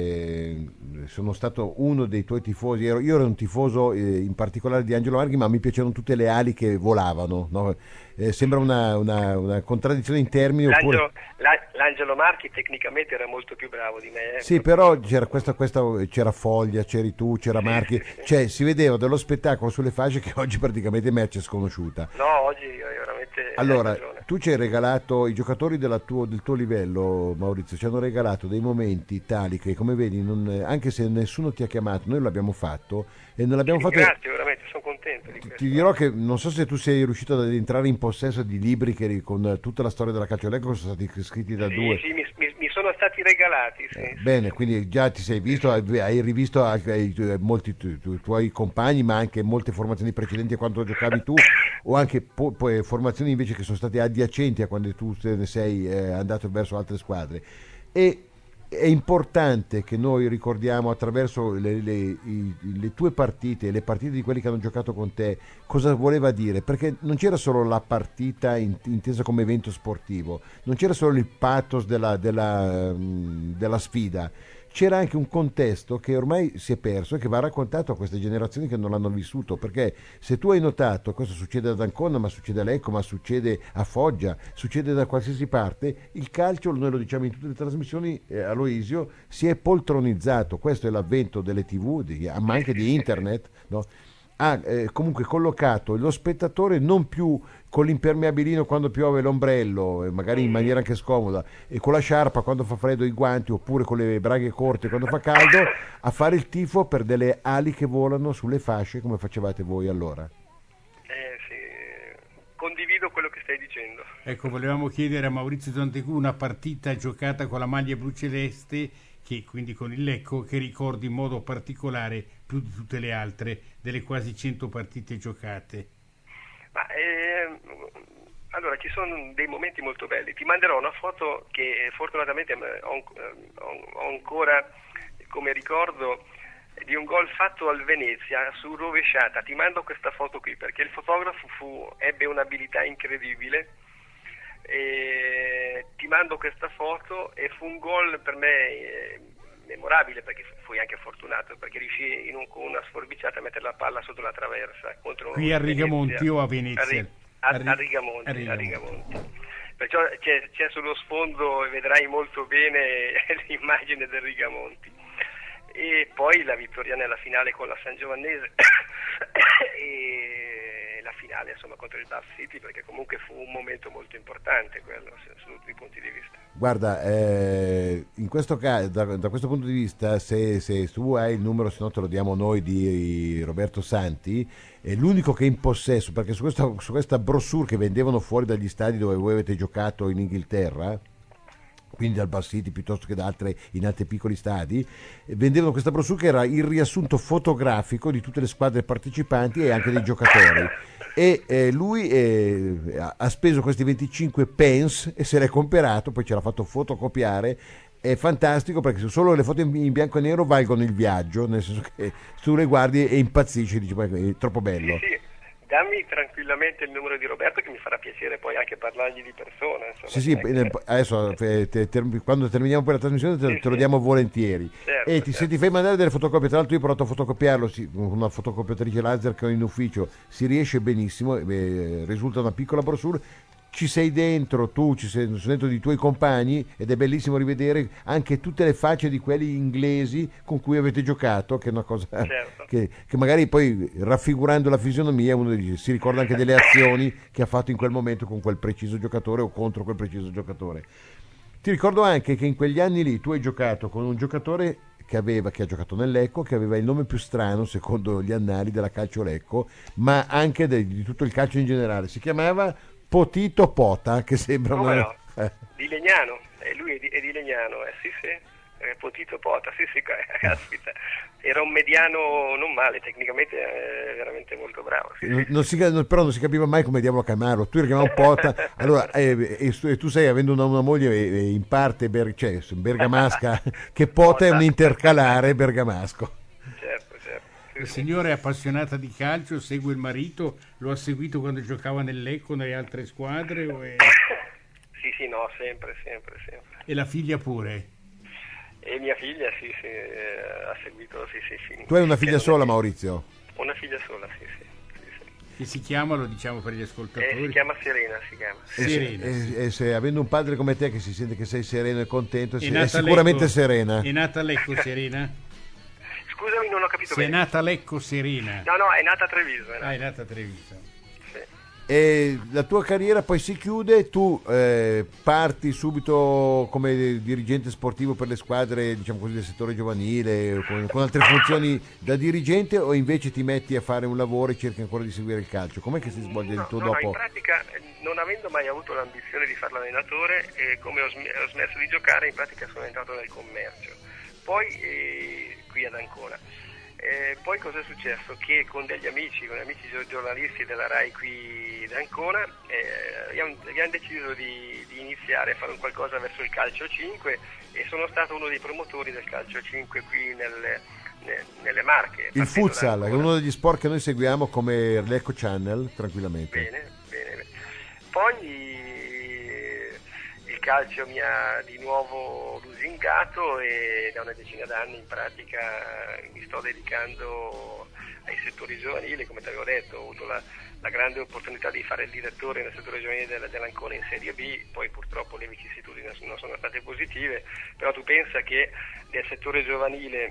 eh, sono stato uno dei tuoi tifosi, ero, io ero un tifoso eh, in particolare di Angelo Marchi, ma mi piacevano tutte le ali che volavano, no? Eh, sembra una, una, una contraddizione in termini. L'Angelo, oppure... la, L'Angelo Marchi tecnicamente era molto più bravo di me. Eh? Sì, però c'era questa, questa, c'era Foglia, c'eri tu, c'era sì, Marchi, sì, sì. Cioè si vedeva dello spettacolo sulle fasce che oggi praticamente merce sconosciuta. No, oggi è veramente... Allora, tu ci hai regalato, i giocatori della tuo, del tuo livello, Maurizio, ci hanno regalato dei momenti tali che, come vedi, non, anche se nessuno ti ha chiamato, noi l'abbiamo fatto e non l'abbiamo fatto... Grazie, veramente, sono contento di questo. Ti dirò che non so se tu sei riuscito ad entrare in possesso di libri che con tutta la storia della calcio Lecco sono stati scritti da sì, due. Sì, mi, mi, mi sono stati regalati. Sì, eh, sì. Bene, quindi già ti sei visto, hai, hai rivisto anche i, molti tu, tu, tuoi compagni, ma anche molte formazioni precedenti a quando giocavi tu, o anche po, poi formazioni invece che sono state adiacenti a quando tu te ne sei eh, andato verso altre squadre. E è importante che noi ricordiamo attraverso le, le, i, le tue partite, le partite di quelli che hanno giocato con te, cosa voleva dire, perché non c'era solo la partita in, intesa come evento sportivo, non c'era solo il pathos della, della, della sfida, c'era anche un contesto che ormai si è perso e che va raccontato a queste generazioni che non l'hanno vissuto, perché se tu hai notato, questo succede ad Ancona, ma succede a Lecco, ma succede a Foggia, succede da qualsiasi parte, il calcio, noi lo diciamo in tutte le trasmissioni, eh, Aloisio, si è poltronizzato, questo è l'avvento delle tivù, di, ma anche di internet, no? Ha eh, comunque collocato lo spettatore non più con l'impermeabilino quando piove, l'ombrello, eh, magari in maniera anche scomoda, e con la sciarpa quando fa freddo, i guanti, oppure con le braghe corte quando fa caldo, a fare il tifo per delle ali che volano sulle fasce come facevate voi allora. Eh sì, condivido quello che stai dicendo. Ecco, volevamo chiedere a Maurizio Zantecù una partita giocata con la maglia blu celeste, che quindi con il Lecco, che ricordi in modo particolare più di tutte le altre delle quasi cento partite giocate. Ma eh, allora ci sono dei momenti molto belli. Ti manderò una foto che fortunatamente ho, ho, ho ancora come ricordo di un gol fatto al Venezia su rovesciata. Ti mando questa foto qui perché il fotografo fu, ebbe un'abilità incredibile. E ti mando questa foto e fu un gol per me eh, memorabile, perché fui anche fortunato perché riuscì in un, con una sforbiciata a mettere la palla sotto la traversa contro qui a Rigamonti o a Venezia? A, a, a, Rigamonti, a Rigamonti. A Rigamonti. Perciò c'è, c'è sullo sfondo e vedrai molto bene l'immagine del Rigamonti. E poi la vittoria nella finale con la Sangiovannese e la finale insomma contro il Bath City, perché comunque fu un momento molto importante quello su tutti i punti di vista. Guarda, eh, in questo caso, da, da questo punto di vista, se, se tu hai il numero, se no te lo diamo noi, di Roberto Santi, è l'unico che è in possesso, perché su questa, su questa brochure che vendevano fuori dagli stadi dove voi avete giocato in Inghilterra, quindi dal Bath City piuttosto che da altre, in altri piccoli stadi, vendevano questa brochure che era il riassunto fotografico di tutte le squadre partecipanti e anche dei giocatori, e eh, lui eh, ha speso questi venticinque pence e se l'è comprato, poi ce l'ha fatto fotocopiare. È fantastico perché solo le foto in bianco e nero valgono il viaggio, nel senso che tu le guardi e impazzisci, dici è troppo bello. Sì, sì. Dammi tranquillamente il numero di Roberto, che mi farà piacere poi anche parlargli di persona. Insomma, sì, sì, che... adesso te, te, quando terminiamo poi la trasmissione te, sì, te lo diamo volentieri. Certo, e ti, certo. Se ti fai mandare delle fotocopie, tra l'altro io ho provato a fotocopiarlo sì, con una fotocopiatrice laser che ho in ufficio, si riesce benissimo, eh, risulta una piccola brochure. Ci sei dentro, tu ci sei dentro di tuoi compagni ed è bellissimo rivedere anche tutte le facce di quelli inglesi con cui avete giocato, che è una cosa certo. che, che magari poi raffigurando la fisionomia uno dice, si ricorda anche delle azioni che ha fatto in quel momento con quel preciso giocatore o contro quel preciso giocatore. Ti ricordo anche che in quegli anni lì tu hai giocato con un giocatore che aveva che ha giocato nel Lecco, che aveva il nome più strano secondo gli annali della calcio Lecco, ma anche de, di tutto il calcio in generale. Si chiamava Potito Pota, che sembra Come una... no? Eh. Di Legnano, e lui è di, è di Legnano, eh, sì sì, eh, Potito Pota, sì sì, caspita, era un mediano non male, tecnicamente è veramente molto bravo. Sì, non, sì. Non si, però non si capiva mai come diavolo chiamarlo, tu eri chiamato Pota, allora, eh, e, e tu sei avendo una, una moglie eh, in parte ber, cioè, bergamasca, che Pota è un intercalare bergamasco. La signora è appassionata di calcio, segue il marito, lo ha seguito quando giocava nel Lecco, nelle altre squadre? O è... Sì, sì, no, sempre, sempre, sempre. E la figlia pure? E mia figlia, sì, sì, eh, ha seguito, sì, sì, sì. Tu hai una figlia sola, Maurizio? Una figlia sola, sì, sì. sì, sì. Che si chiama, lo diciamo per gli ascoltatori? Eh, si chiama Serena, si chiama. Serena. E se, e, e se avendo un padre come te che si sente che sei sereno e contento, è, è sicuramente Lecco, serena. È nata a Lecco, Serena? Scusami, non ho capito Se bene. è nata a Lecco, Serena? No, no, è nata a Treviso. È nata. Ah, è nata a Treviso. Sì. E la tua carriera poi si chiude, tu eh, parti subito come dirigente sportivo per le squadre, diciamo così, del settore giovanile, con, con altre funzioni da dirigente, o invece ti metti a fare un lavoro e cerchi ancora di seguire il calcio? Com'è che si svolge no, il tuo no, dopo? No, in pratica, non avendo mai avuto l'ambizione di fare l'allenatore, eh, come ho, sm- ho smesso di giocare, in pratica sono entrato nel commercio. Poi eh, qui ad Ancona. Eh, poi cosa è successo? Che con degli amici, con amici giornalisti della RAI qui ad Ancona, eh, abbiamo, abbiamo deciso di, di iniziare a fare un qualcosa verso il calcio cinque e sono stato uno dei promotori del calcio cinque qui nelle, ne, nelle Marche. Il futsal, che è uno degli sport che noi seguiamo come l'Eco Channel, tranquillamente. Bene, bene, bene. Poi il calcio mi ha di nuovo lusingato e da una decina d'anni in pratica mi sto dedicando ai settori giovanili. Come ti avevo detto, ho avuto la, la grande opportunità di fare il direttore nel settore giovanile della, dell'Ancona in Serie B, poi purtroppo le vicissitudini non sono state positive, però tu pensa che del settore giovanile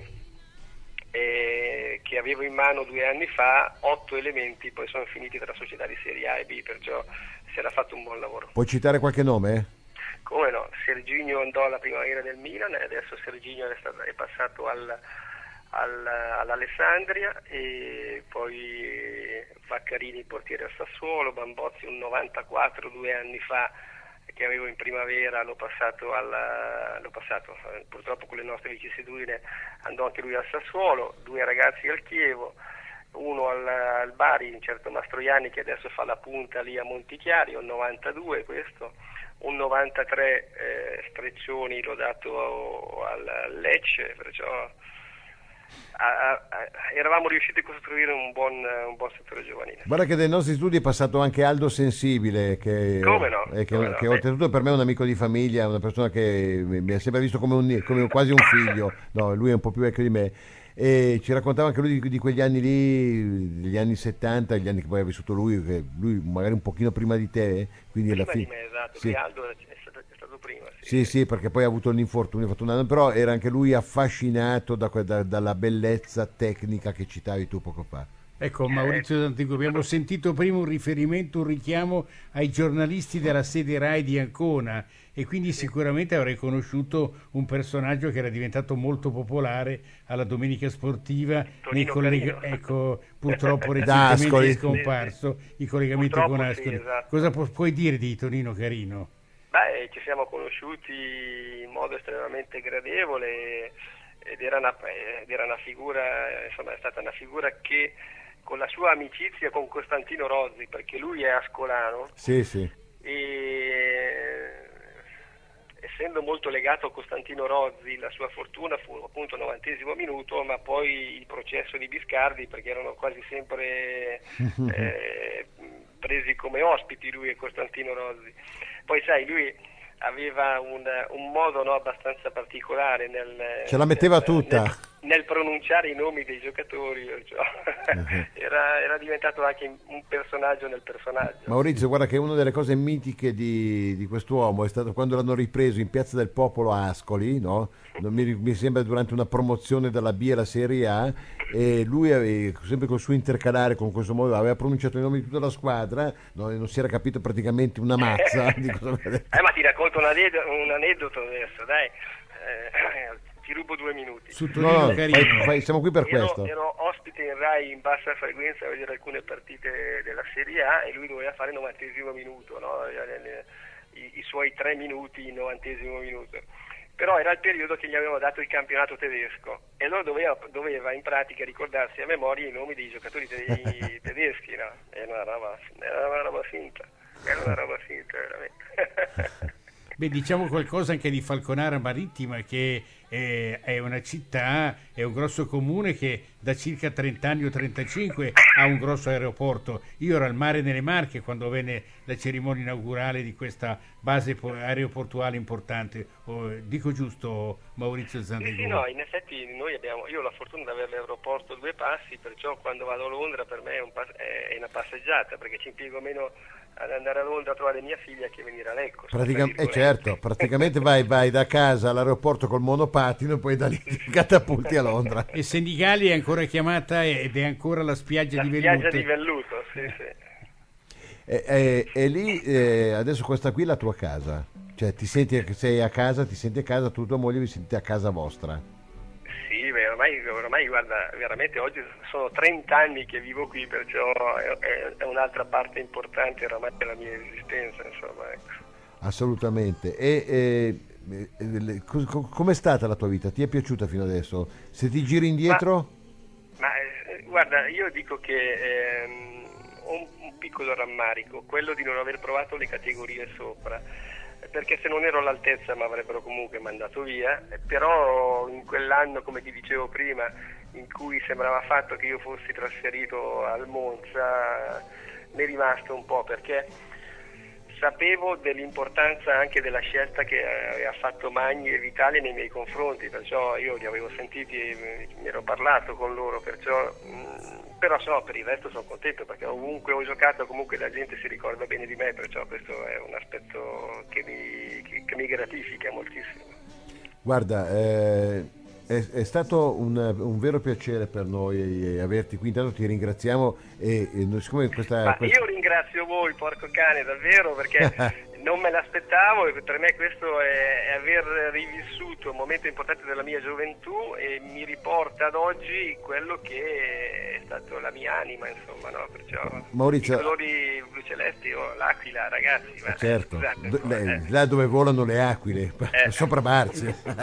eh, che avevo in mano due anni fa, otto elementi poi sono finiti tra società di Serie A e B, perciò si era fatto un buon lavoro. Puoi citare qualche nome? Come no, Serginho andò alla primavera del Milan e adesso Serginho è, stato, è passato al, al, all'Alessandria, e poi Vaccarini portiere al Sassuolo, Bambozzi un novantaquattro due anni fa che avevo in primavera, l'ho passato, alla, l'ho passato purtroppo con le nostre vicissitudini andò anche lui al Sassuolo, due ragazzi al Chievo, uno al, al Bari, un certo Mastroianni che adesso fa la punta lì a Montichiari, un novantadue questo, un novantatré eh, Streccioni l'ho dato al, al Lecce, perciò a, a, eravamo riusciti a costruire un buon, un buon settore giovanile. Guarda che dai nostri studi è passato anche Aldo Sensibile, che, come no, eh, che, come no. che oltretutto per me è un amico di famiglia, una persona che mi, mi ha sempre visto come, un, come quasi un figlio, no, lui è un po' più vecchio di me, e ci raccontava anche lui di, di quegli anni lì, degli anni settanta, gli anni che poi ha vissuto lui, che lui magari un pochino prima di te, quindi prima alla fine... di me, esatto, sì. Aldo è stato, è stato prima. Sì, sì, sì, perché poi ha avuto l'infortunio, ha fatto un anno, però era anche lui affascinato da, da, dalla bellezza tecnica che citavi tu poco fa. Ecco, Maurizio Zantegù, abbiamo sentito prima un riferimento, un richiamo ai giornalisti della sede RAI di Ancona, e quindi sicuramente avrei conosciuto un personaggio che era diventato molto popolare alla Domenica Sportiva, nei collega- ecco, purtroppo recentemente è scomparso, sì, sì. I collegamenti purtroppo con Ascoli. Sì, esatto. Cosa pu- puoi dire di Tonino Carino? Beh, ci siamo conosciuti in modo estremamente gradevole ed era una, ed era una figura, insomma è stata una figura che con la sua amicizia con Costantino Rozzi, perché lui è ascolano, sì, sì. E essendo molto legato a Costantino Rozzi, la sua fortuna fu appunto il novantesimo minuto, ma poi il processo di Biscardi, perché erano quasi sempre eh, presi come ospiti lui e Costantino Rozzi. Poi sai, lui aveva un, un modo, no, abbastanza particolare nel, ce la metteva nel, tutta nel, nel pronunciare i nomi dei giocatori, perciò uh-huh. era, era diventato anche un personaggio nel personaggio. Maurizio, guarda che una delle cose mitiche di, di quest'uomo è stato quando l'hanno ripreso in Piazza del Popolo a Ascoli, no? mi, mi sembra durante una promozione dalla B alla Serie A, e lui aveva, sempre col suo intercalare, con questo modo, aveva pronunciato i nomi di tutta la squadra, no? E non si era capito praticamente una mazza di cosa aveva detto. Eh, ma ti racconto un aneddoto, un aneddoto adesso, dai, eh, ti rubo due minuti. Su no, no, fai, fai, siamo qui per ero, questo. Ero ospite in Rai in bassa frequenza a vedere alcune partite della Serie A e lui doveva fare il novantesimo minuto, no? I, i suoi tre minuti in novantesimo minuto. Però era il periodo che gli avevano dato il campionato tedesco e allora doveva, doveva in pratica ricordarsi a memoria i nomi dei giocatori te- tedeschi, no? Era una roba, era una roba finta, era una roba finta veramente. Beh, diciamo qualcosa anche di Falconara Marittima, che è, è una città, è un grosso comune che da circa trenta anni o trentacinque ha un grosso aeroporto. Io ero al Mare nelle Marche quando venne la cerimonia inaugurale di questa base aeroportuale importante. Oh, dico giusto, Maurizio Zantegù? Sì, sì, no, in effetti noi abbiamo, io ho la fortuna di avere l'aeroporto a due passi, perciò quando vado a Londra per me è, un pass- è una passeggiata, perché ci impiego meno ad andare a Londra a trovare mia figlia che venire a Lecco. Praticam- eh certo, praticamente vai, vai da casa all'aeroporto col monopattino e poi da lì catapulti a Londra. E Senigallia è ancora chiamata ed è ancora la spiaggia la di Velluto. spiaggia di Velluto, sì, sì. E, e, e lì eh, adesso questa qui è la tua casa, cioè ti senti che sei a casa, ti senti a casa, tu e tua moglie vi sentite a casa vostra. Sì, beh, ormai, ormai guarda, veramente oggi sono trenta anni che vivo qui, perciò è, è, è un'altra parte importante oramai della mia esistenza, insomma, ecco. Assolutamente. E, e, e co- com'è stata la tua vita? Ti è piaciuta fino adesso? Se ti giri indietro? Ma, ma eh, guarda, io dico che ehm, ho un, un piccolo rammarico, quello di non aver provato le categorie sopra, perché se non ero all'altezza mi avrebbero comunque mandato via, però in quell'anno, come ti dicevo prima, in cui sembrava fatto che io fossi trasferito al Monza, mi è rimasto un po', perché sapevo dell'importanza anche della scelta che aveva fatto Magni e Vitale nei miei confronti, perciò io li avevo sentiti e mi ero parlato con loro, perciò mh, però so, per il resto sono contento, perché ovunque ho giocato comunque la gente si ricorda bene di me, perciò questo è un aspetto che mi, che, che mi gratifica moltissimo. Guarda, eh, è, è stato un, un vero piacere per noi averti qui, intanto ti ringraziamo e, e siccome questa, Ma questa... io ringrazio voi, porco cane, davvero, perché non me l'aspettavo e per me questo è, è aver rivissuto un momento importante della mia gioventù e mi riporta ad oggi quello che è stato la mia anima, insomma, no? Perciò Maurizio... i colori blu celesti o oh, l'aquila, ragazzi, ma certo, scusate, Do- eh. là dove volano le aquile, eh. sopra Marzia.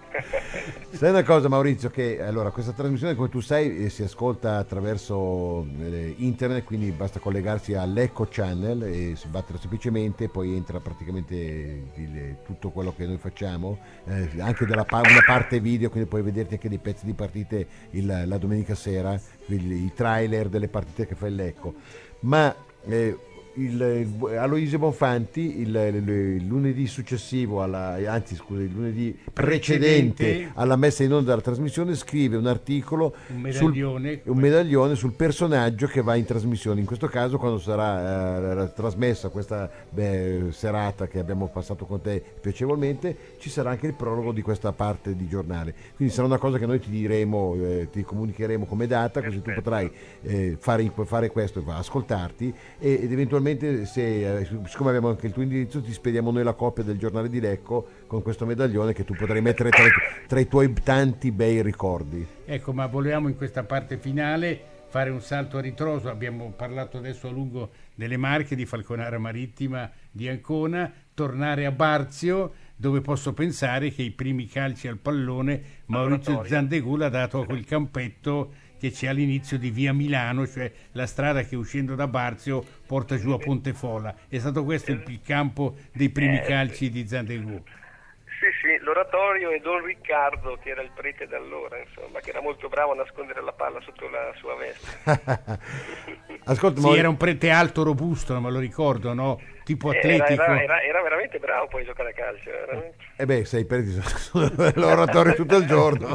Sai una cosa, Maurizio, che allora questa trasmissione, come tu sai, eh, si ascolta attraverso eh, internet, quindi basta collegarsi all'Eco Channel e sbattere semplicemente, poi entra praticamente il, tutto quello che noi facciamo, eh, anche della pa- una parte video, quindi puoi vederti anche dei pezzi di partite il, la domenica sera, quindi i trailer delle partite che fa il Lecco. Ma eh, il, il Aloisio Bonfanti il, il, il lunedì successivo alla, anzi scusa il lunedì precedente, precedente alla messa in onda della trasmissione scrive un articolo, un medaglione, sul, un medaglione sul personaggio che va in trasmissione. In questo caso, quando sarà eh, trasmessa questa beh, serata che abbiamo passato con te piacevolmente, ci sarà anche il prologo di questa parte di giornale, quindi sarà una cosa che noi ti diremo, eh, ti comunicheremo come data, così tu potrai eh, fare, fare questo, ascoltarti e, ed eventualmente se, siccome abbiamo anche il tuo indirizzo, ti spediamo noi la copia del giornale di Lecco con questo medaglione che tu potrai mettere tra, tra i tuoi tanti bei ricordi. Ecco, ma volevamo in questa parte finale fare un salto a ritroso. Abbiamo parlato adesso a lungo delle Marche, di Falconara Marittima, di Ancona, tornare a Barzio, dove posso pensare che i primi calci al pallone Maurizio Zandegù l'ha dato a quel campetto che c'è all'inizio di via Milano, cioè la strada che uscendo da Barzio porta giù a Pontefola. È stato questo il, il campo dei primi calci di Zandegù? Sì, sì, l'oratorio e Don Riccardo, che era il prete da allora, insomma, che era molto bravo a nascondere la palla sotto la sua veste. Ascolta, sì, ma... era un prete alto, robusto, non me lo ricordo, no? Tipo atletico. Era, era, era veramente bravo poi a giocare a calcio. Veramente. Eh beh, sei preti l'oratorio tutto il giorno.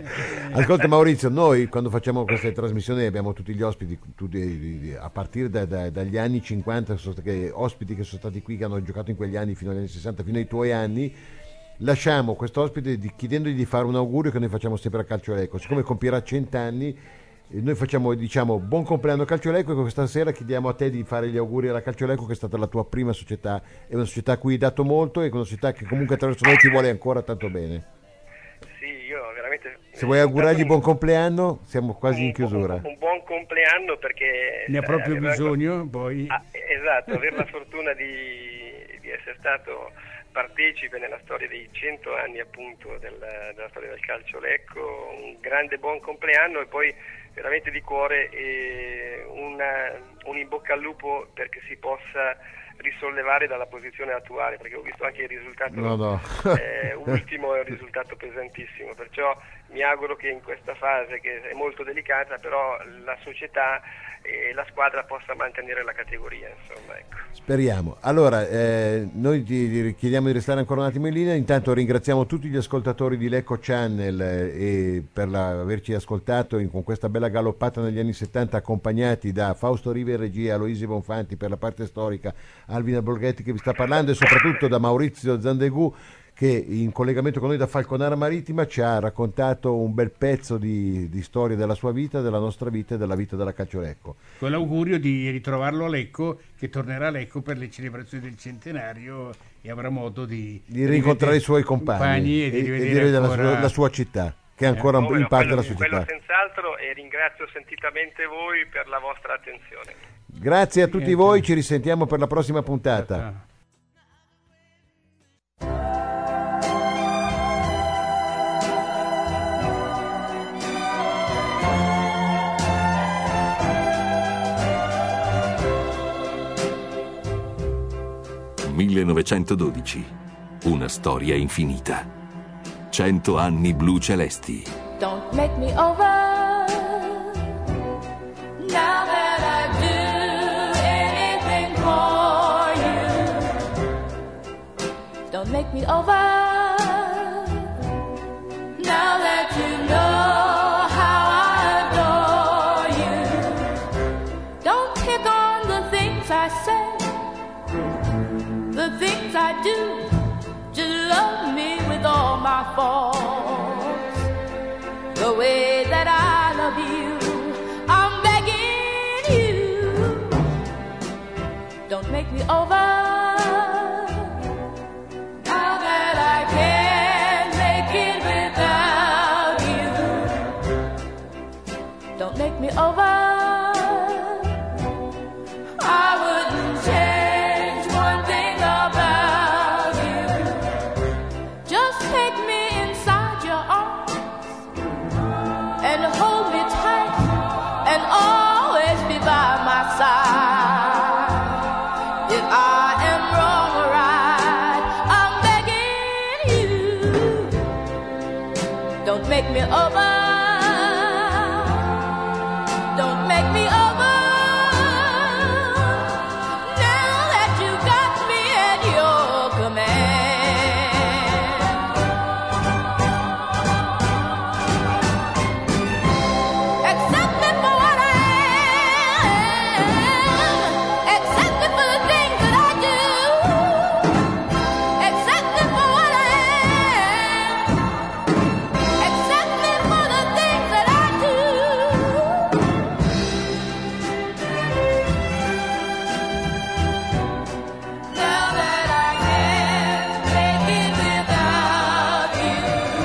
Ascolta Maurizio, noi quando facciamo queste trasmissioni abbiamo tutti gli ospiti, tutti, a partire da, da, dagli anni cinquanta, sono stati, ospiti che sono stati qui, che hanno giocato in quegli anni fino agli anni sessanta, fino ai tuoi anni. Lasciamo questo ospite di, chiedendogli di fare un augurio che noi facciamo sempre a Calcio Lecco. Siccome compierà cent'anni, noi facciamo, diciamo, buon compleanno Calcio Lecco, e questa sera chiediamo a te di fare gli auguri alla Calcio Lecco, che è stata la tua prima società, è una società a cui hai dato molto e una società che comunque attraverso noi ti vuole ancora tanto bene. Sì, io veramente... Se vuoi augurargli buon compleanno, siamo quasi un, in chiusura. Un, un buon compleanno, perché... Ne ha proprio eh, bisogno, poi... Ah, esatto, avere la fortuna di, di essere stato partecipe nella storia dei cento anni appunto del, della storia del Calcio Lecco, un grande buon compleanno e poi veramente di cuore eh, una, un in bocca al lupo perché si possa risollevare dalla posizione attuale, perché ho visto anche il risultato no, no. eh, ultimo, è un risultato pesantissimo, perciò mi auguro che in questa fase, che è molto delicata, però la società e la squadra possa mantenere la categoria, insomma, ecco. Speriamo. Allora, eh, noi ti, ti chiediamo di restare ancora un attimo in linea. Intanto ringraziamo tutti gli ascoltatori di Lecco Channel eh, e per la, averci ascoltato in, con questa bella galoppata negli anni settanta, accompagnati da Fausto Riva in regia, Aloisio Bonfanti per la parte storica, Alvina Borghetti che vi sta parlando, e soprattutto da Maurizio Zandegù, che in collegamento con noi da Falconara Marittima ci ha raccontato un bel pezzo di, di storia della sua vita, della nostra vita e della vita della Calcio Lecco. Con l'augurio di ritrovarlo a Lecco, che tornerà a Lecco per le celebrazioni del centenario e avrà modo di, di rincontrare i suoi compagni, compagni e di rivedere la sua, la sua città, che è ancora eh, in parte la sua città. Quello senz'altro, e ringrazio sentitamente voi per la vostra attenzione. Grazie a tutti Niente. voi, ci risentiamo per la prossima puntata. millenovecentododici, una storia infinita. Cento anni blu celesti. Don't make me over now that I do anything for you. Don't make me over now that you know how I adore you. Don't pick on the things I say, the things I do. Just love me with all my faults, the way that I love you. I'm begging you, don't make me over now that I can't make it without you. Don't make me over, I wouldn't change one thing about you. Just take me inside make me over. Don't make me over. Now that you got me at your command. Accept me for what I am. Accept me for the things that I do. Accept me for what I am. Accept me for the things that I do. Now that I can't make it without you,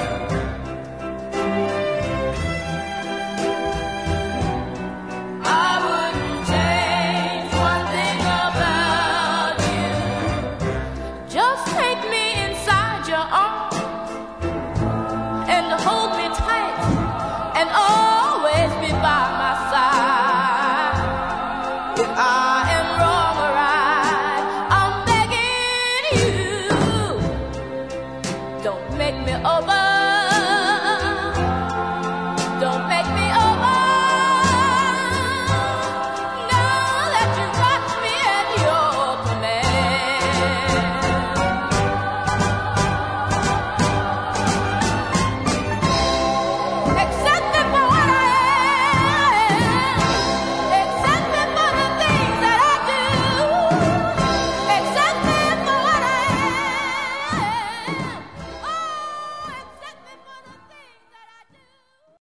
I wouldn't change one thing about you. Just take me inside your arms and hold me tight and always be by my side. If I am wrong or right, I'm begging you, don't make me over.